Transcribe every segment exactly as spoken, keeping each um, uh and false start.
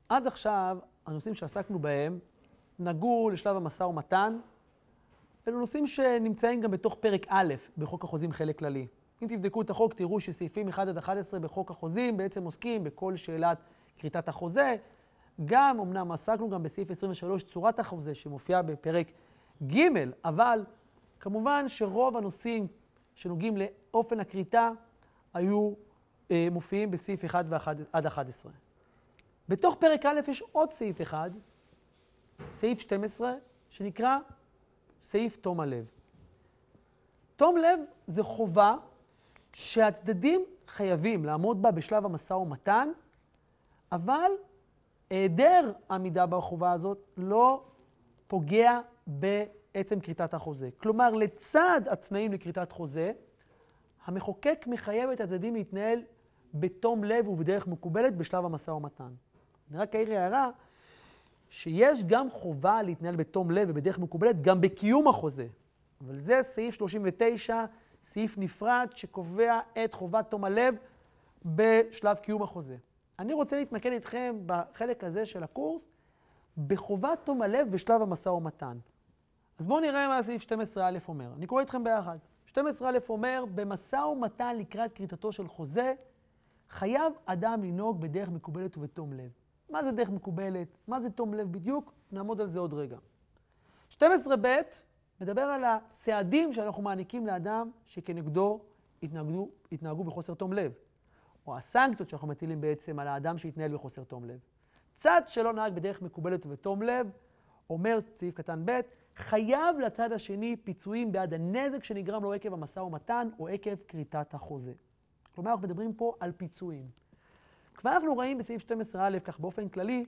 עד עכשיו, הנושאים שעסקנו בהם נגעו לשלב המשא ומתן, אלו נושאים שנמצאים גם בתוך פרק א' בחוק החוזים חלק כללי. אם תבדקו את החוק, תראו שסעיפים אחד עד אחת עשרה בחוק החוזים בעצם עוסקים בכל שאלת כריתת החוזה. גם, אמנם עסקנו גם בסעיף עשרים ושלוש צורת החוזה שמופיעה בפרק ג', אבל כמובן שרוב הנושאים שנוגעים לאופן הכריתה היו אה, מופיעים בסעיף אחד עד אחת עשרה. בתוך פרק א' יש עוד סעיף אחד, סעיף שתים עשרה, שנקרא סעיף תום הלב. תום לב זה חובה שהצדדים חייבים לעמוד בה בשלב המשא ומתן, אבל היעדר עמידה בחובה הזאת לא פוגע בעצם כריתת החוזה. כלומר, לצד התנאים לכריתת חוזה, המחוקק מחייב את הצדדים להתנהל בתום לב ובדרך מקובלת בשלב המשא ומתן. אני רק אעיר הערה שיש גם חובה להתנהל בתום לב ובדרך מקובלת גם בקיום החוזה. אבל זה סעיף שלושים ותשע, סעיף נפרד שקובע את חובת תום הלב בשלב קיום החוזה. אני רוצה להתמקד איתכם בחלק הזה של הקורס בחובת תום הלב בשלב המשא ומתן. אז בואו נראה מה סעיף שתים עשרה א' אומר. אני קורא איתכם ביחד. שתים עשרה א' אומר, במשא ומתן לקראת כריתתו של חוזה, חייב אדם לנהוג בדרך מקובלת ובתום לב. מה זה דרך מקובלת? מה זה תום לב בדיוק? נעמוד על זה עוד רגע. שתים עשרה ב' מדבר על הסעדים שאנחנו מעניקים לאדם שכנגדו התנהגו, התנהגו בחוסר תום לב. או הסנקציות שאנחנו מטילים בעצם על האדם שהתנהל בחוסר תום לב. צד שלא נהג בדרך מקובלת ובתום לב, אומר סעיף קטן ב', חייב לצד השני פיצויים בעד הנזק שנגרם לו עקב המשא ומתן או עקב כריתת החוזה. כלומר, אנחנו מדברים פה על פיצויים. כבר אנחנו רואים בסעיף שתים עשרה א', כך באופן כללי,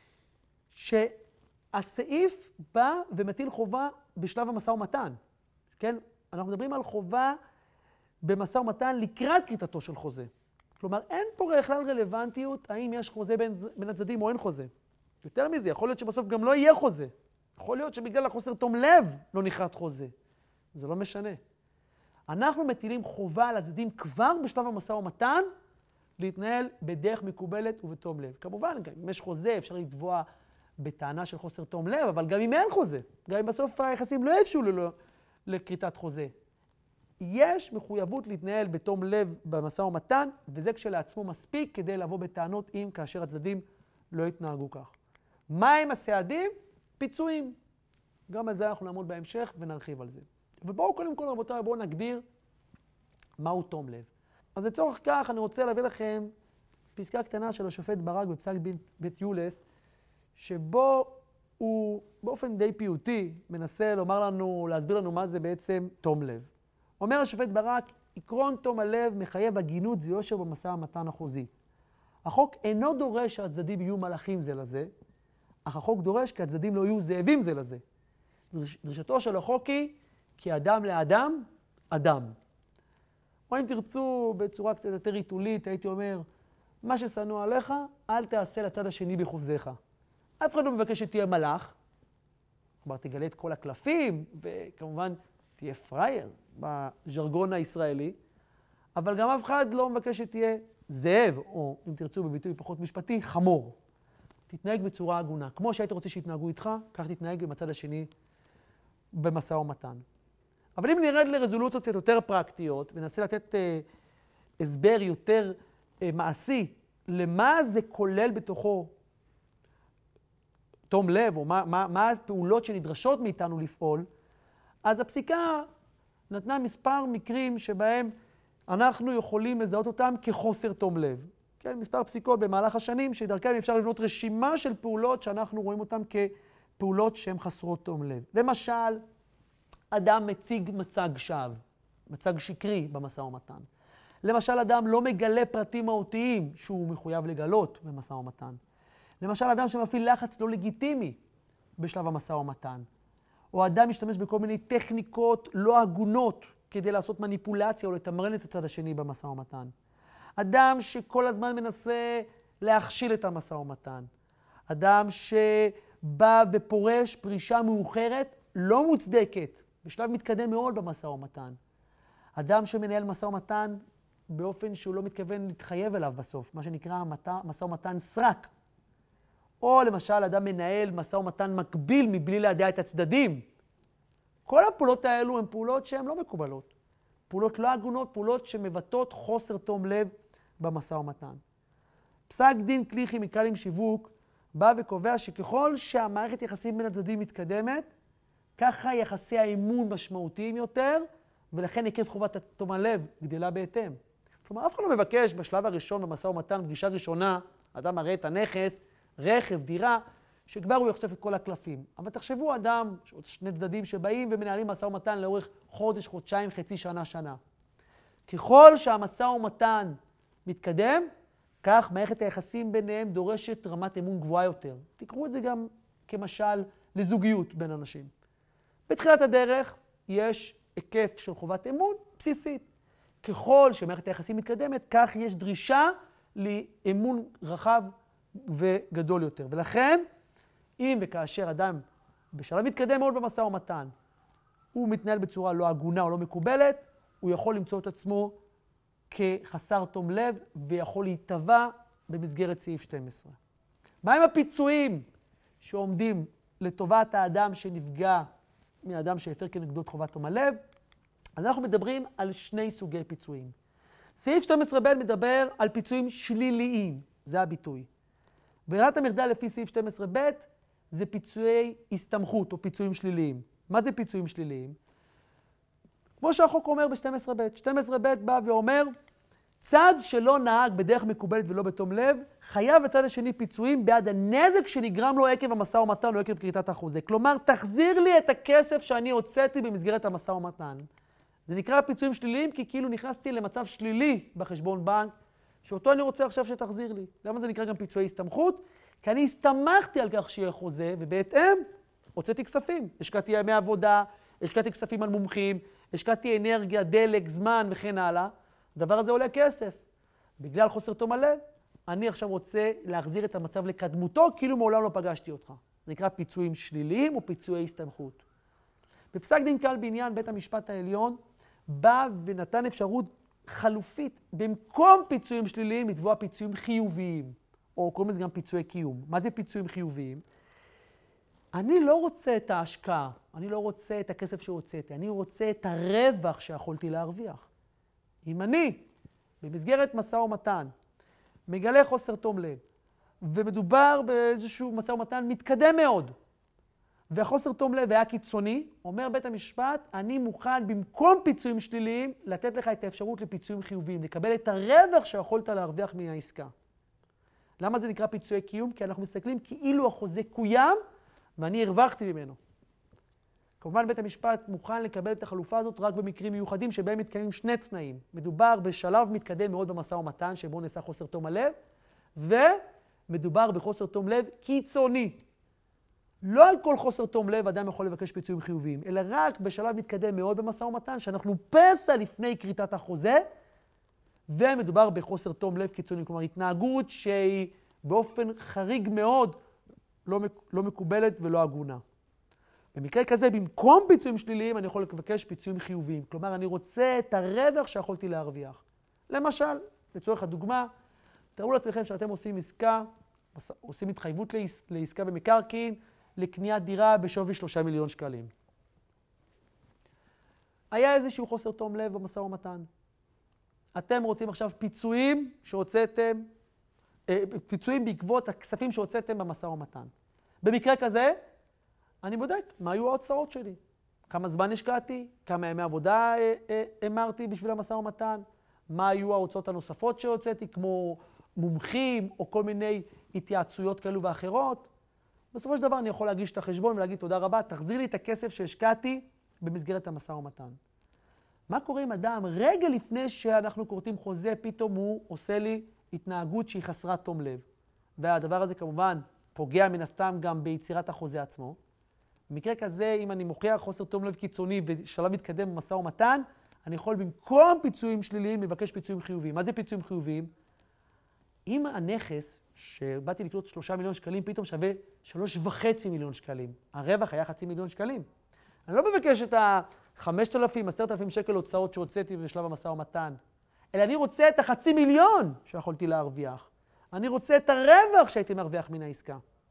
שהסעיף בא ומטיל חובה בשלב המשא ומתן. כן? אנחנו מדברים על חובה במשא ומתן לקראת כריתתו של חוזה. כלומר, אין פה בכלל רלוונטיות האם יש חוזה בין, בין הצדדים או אין חוזה. יותר מזה, יכול להיות שבסוף גם לא יהיה חוזה. יכול להיות שבגלל החוסר תום לב לא נכרת חוזה. זה לא משנה. אנחנו מטילים חובה על הצדדים כבר בשלב המשא ומתן, להתנהל בדרך מקובלת ובתום לב. כמובן, גם אם יש חוזה, אפשר לתבוע בטענה של חוסר תום לב, אבל גם אם אין חוזה, גם אם בסוף היחסים לא יבשו לכריתת חוזה. יש מחויבות להתנהל בתום לב במשא ומתן, וזה כשלעצמו מספיק כדי לבוא בטענות אם כאשר הצדדים לא יתנהגו כך. מה הם הסעדים? פיצויים. גם על זה אנחנו נעמוד בהמשך ונרחיב על זה. ובואו קודם כל רבותיי, בואו נגדיר מהו תום לב. אז לצורך כך אני רוצה להביא לכם פסקה קטנה של השופט ברק בפסק בית יולס, שבו הוא באופן די פיוטי מנסה לומר לנו, להסביר לנו מה זה בעצם תום לב. אומר השופט ברק, עקרון תום הלב מחייב הגינות ויושר במשא ומתן החוזי. החוק אינו דורש שהצדדים יהיו מלאכים זה לזה, אך החוק דורש כי הצדדים לא יהיו זאבים זה לזה. דרש, דרישתו של החוק היא כי אדם לאדם, אדם. או אם תרצו בצורה קצת יותר ריטולית, הייתי אומר, מה ששנוא עליך, אל תעשה לצד השני בחוזיך. אף אחד לא מבקש שתהיה מלאך, כלומר תגלה את כל הקלפים, וכמובן תהיה פרייר בז'רגון הישראלי, אבל גם אף אחד לא מבקש שתהיה זאב, או אם תרצו בביטוי פחות משפטי, חמור. תתנהג בצורה הגונה. כמו שהיית רוצה שיתנהגו איתך, כך תתנהג במצד השני במשא ומתן. אבל אם נרד לרזולוציות יותר פרקטיות, וננסה לתת אה, הסבר יותר אה, מעשי, למה זה כולל בתוכו תום לב, או מה, מה, מה הפעולות שנדרשות מאיתנו לפעול, אז הפסיקה נתנה מספר מקרים שבהם אנחנו יכולים לזהות אותם כחוסר תום לב. כן, מספר פסיקות במהלך השנים, שדרכם אפשר לבנות רשימה של פעולות שאנחנו רואים אותן כפעולות שהן חסרות תום לב. למשל, אדם מציג מצג שווא, מצג שקרי במשא ומתן. למשל, אדם לא מגלה פרטים מהותיים שהוא מחויב לגלות במשא ומתן. למשל, אדם שמפעיל לחץ לא לגיטימי בשלב המשא ומתן. או אדם משתמש בכל מיני טכניקות לא הגונות כדי לעשות מניפולציה או לתמרן את הצד השני במשא ומתן. אדם שכל הזמן מנסה להכשיל את המשא ומתן. אדם שבא ופורש פרישה מאוחרת לא מוצדקת, בשלב מתקדם מאוד במשא ומתן. אדם שמנהל משא ומתן באופן שהוא לא מתכוון להתחייב אליו בסוף, מה שנקרא משא ומתן סרק. או למשל אדם מנהל משא ומתן מקביל מבלי להדיע את הצדדים. כל הפעולות האלו הן פעולות שהן לא מקובלות. פעולות לא הגונות, פעולות שמבטאות חוסר תום לב במשא ומתן. פסק דין כלי כימיקלים שיווק בא וקובע שככל שהמערכת יחסים בין הצדדים מתקדמת, ככה יחסי האמון משמעותיים יותר, ולכן היקף חובת תום הלב גדלה בהתאם. כלומר, אף אחד לא מבקש בשלב הראשון במשא ומתן, פגישה ראשונה, אדם מראה את הנכס, רכב, דירה, שכבר הוא יחשוף את כל הקלפים. אבל תחשבו אדם, שני צדדים שבאים ומנהלים משא ומתן לאורך חודש, חודשיים, חצי שנה, שנה. ככל שהמשא ומתן מתקדם, כך מערכת היחסים ביניהם דורשת רמת אמון גבוהה יותר. תקראו את זה גם כמשל לזוגיות בין אנשים. בתחילת הדרך יש היקף של חובת אמון בסיסית. ככל שמערכת היחסים מתקדמת, כך יש דרישה לאמון רחב וגדול יותר. ולכן, אם וכאשר אדם בשלב מתקדם מאוד במשא ומתן, הוא מתנהל בצורה לא הגונה או לא מקובלת, הוא יכול למצוא את עצמו כחסר תום לב ויכול להיטבע במסגרת סעיף שתים עשרה. מהם הפיצויים שעומדים לטובת האדם שנפגע מאדם שהפר כנגדו את חובת תום הלב? אז אנחנו מדברים על שני סוגי פיצויים. סעיף שתים עשרה ב' מדבר על פיצויים שליליים, זה הביטוי. ברירת המחדל לפי סעיף שתים עשרה ב' זה פיצויי הסתמכות או פיצויים שליליים. מה זה פיצויים שליליים? כמו שהחוק אומר ב-שתים עשרה ב', שתים עשרה ב' בא ואומר, צד שלא נהג בדרך מקובלת ולא בתום לב, חייב הצד השני פיצויים בעד הנזק שנגרם לו עקב המשא ומתן או עקב כריתת החוזה. כלומר, תחזיר לי את הכסף שאני הוצאתי במסגרת המשא ומתן. זה נקרא פיצויים שליליים כי כאילו נכנסתי למצב שלילי בחשבון בנק, שאותו אני רוצה עכשיו שתחזיר לי. למה זה נקרא גם פיצויי הסתמכות? כי אני הסתמכתי על כך שיהיה חוזה, ובהתאם הוצאתי כספים. השקעתי ימי עבודה, השקעתי כספים על מומחים, השקעתי אנרגיה, דלק, זמן וכן הלאה. הדבר הזה עולה כסף. בגלל חוסר תום הלב, אני עכשיו רוצה להחזיר את המצב לקדמותו, כאילו מעולם לא פגשתי אותך. זה נקרא פיצויים שליליים או פיצויי הסתמכות. בפסק דין קל בעניין בית המשפט העליון, בא ונתן אפשרות חלופית, במקום פיצויים שליליים, לתבוע פיצויים חיוביים, או קוראים לזה גם פיצויי קיום. מה זה פיצויים חיוביים? אני לא רוצה את ההשקעה, אני לא רוצה את הכסף שהוצאתי, אני רוצה את הרווח שיכולתי להרוויח. אם אני, במסגרת משא ומתן, מגלה חוסר תום לב, ומדובר באיזשהו משא ומתן מתקדם מאוד, והחוסר תום לב היה קיצוני, אומר בית המשפט, אני מוכן במקום פיצויים שליליים, לתת לך את האפשרות לפיצויים חיוביים, לקבל את הרווח שיכולת להרוויח מהעסקה. למה זה נקרא פיצויי קיום? כי אנחנו מסתכלים כאילו החוזה קוים, ואני הרווחתי ממנו. כמובן בית המשפט מוכן לקבל את החלופה הזאת רק במקרים מיוחדים שבהם מתקיימים שני תנאים. מדובר בשלב מתקדם מאוד במשא ומתן שבו נעשה חוסר תום הלב, ומדובר בחוסר תום לב קיצוני. לא על כל חוסר תום לב אדם יכול לבקש פיצויים חיוביים, אלא רק בשלב מתקדם מאוד במשא ומתן, שאנחנו פסע לפני כריתת החוזה, ומדובר בחוסר תום לב קיצוני, כלומר התנהגות שהיא באופן חריג מאוד לא, לא מקובלת ולא הגונה. במקרה כזה, במקום פיצויים שליליים, אני יכול לבקש פיצויים חיוביים. כלומר, אני רוצה את הרווח שיכולתי להרוויח. למשל, לצורך הדוגמה, תראו לעצמכם שאתם עושים עסקה, עושים התחייבות לעסקה במקרקעין, לקניית דירה בשווי שלושה מיליון שקלים. היה איזשהו חוסר תום לב במשא ומתן. אתם רוצים עכשיו פיצויים שהוצאתם, פיצויים בעקבות הכספים שהוצאתם במשא ומתן. במקרה כזה, אני בודק מה היו ההוצאות שלי. כמה זמן השקעתי, כמה ימי עבודה אמרתי בשביל המשא ומתן, מה היו ההוצאות הנוספות שהוצאתי, כמו מומחים או כל מיני התייעצויות כאלו ואחרות. בסופו של דבר אני יכול להגיש את החשבון ולהגיד תודה רבה, תחזיר לי את הכסף שהשקעתי במסגרת המשא ומתן. מה קורה עם אדם? רגע לפני שאנחנו כורתים חוזה, פתאום הוא עושה לי התנהגות שהיא חסרת תום לב. והדבר הזה כמובן פוגע מן הסתם גם ביצירת החוזה עצמו. במקרה כזה, אם אני מוכיח חוסר תום לב קיצוני ושלב מתקדם במשא ומתן, אני יכול במקום פיצויים שליליים לבקש פיצויים חיוביים. מה זה פיצויים חיוביים? אם הנכס שבאתי לקנות שלושה מיליון שקלים, פתאום שווה שלוש וחצי מיליון שקלים. הרווח היה חצי מיליון שקלים. אני לא מבקש את ה-חמשת אלפים, עשרת אלפים שקל הוצאות שהוצאתי בשלב המשא ומתן, אלא אני רוצה את החצי מיליון שיכולתי להרוויח. אני רוצה את הרווח שהייתי מרוויח מן העסקה.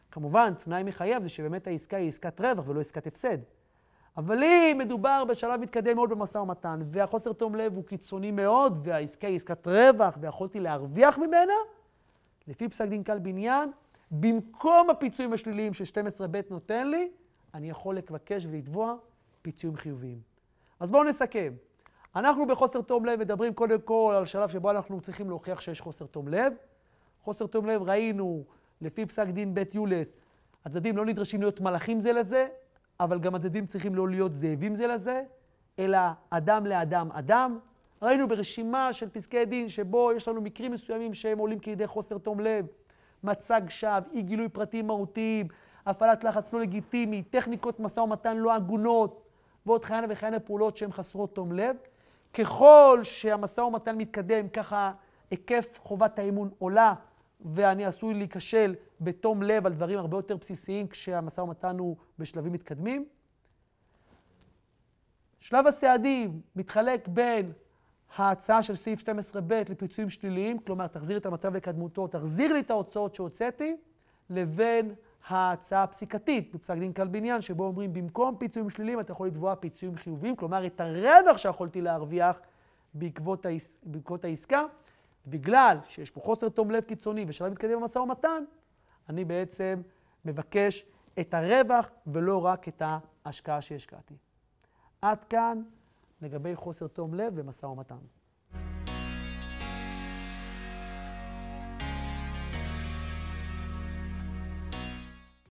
כמובן, תנאי מחייב זה שבאמת העסקה היא עסקת רווח ולא עסקת הפסד. אבל אם מדובר בשלב מתקדם מאוד במשא ומתן, והחוסר תום לב הוא קיצוני מאוד, והעסקה היא עסקת רווח, ויכולתי להרוויח ממנה, לפי פסק דין קל בניין, במקום הפיצויים השליליים ש-שתים עשרה ב' נותן לי, אני יכול לבקש ולתבוע פיצויים חיוביים. אז בואו נסכם. אנחנו בחוסר תום לב מדברים קודם כל על שלב שבו אנחנו צריכים להוכיח שיש חוסר תום לב. חוסר תום לב ראינו, לפי פסק דין בית יולס, הצדדים לא נדרשים להיות מלאכים זה לזה, אבל גם הצדדים צריכים לא להיות זאבים זה לזה, אלא אדם לאדם אדם. ראינו ברשימה של פסקי דין שבו יש לנו מקרים מסוימים שהם עולים כידי חוסר תום לב, מצג שווא, אי גילוי פרטים מהותיים, הפעלת לחץ לא לגיטימי, טכניקות משא ומתן לא הגונות, ועוד כהנה וכהנה פעולות שהן חסרות תום לב. ככל שהמשא ומתן מתקדם, ככה היקף חובת האמון עולה, ואני עשוי להיכשל בתום לב על דברים הרבה יותר בסיסיים כשהמשא ומתן הוא בשלבים מתקדמים. שלב הסעדים מתחלק בין ההצעה של סעיף שתים עשרה ב' לפיצויים שליליים, כלומר תחזיר את המצב לקדמותו, תחזיר לי את ההוצאות שהוצאתי, לבין ההצעה הפסיקתית בפסק דין קל בניין, שבו אומרים במקום פיצויים שליליים אתה יכול לתבוע פיצויים חיוביים, כלומר את הרווח שיכולתי להרוויח בעקבות, העס... בעקבות העסקה, בגלל שיש פה חוסר תום לב קיצוני ושלב מתקדם במשא ומתן, אני בעצם מבקש את הרווח ולא רק את ההשקעה שהשקעתי. עד כאן לגבי חוסר תום לב במשא ומתן.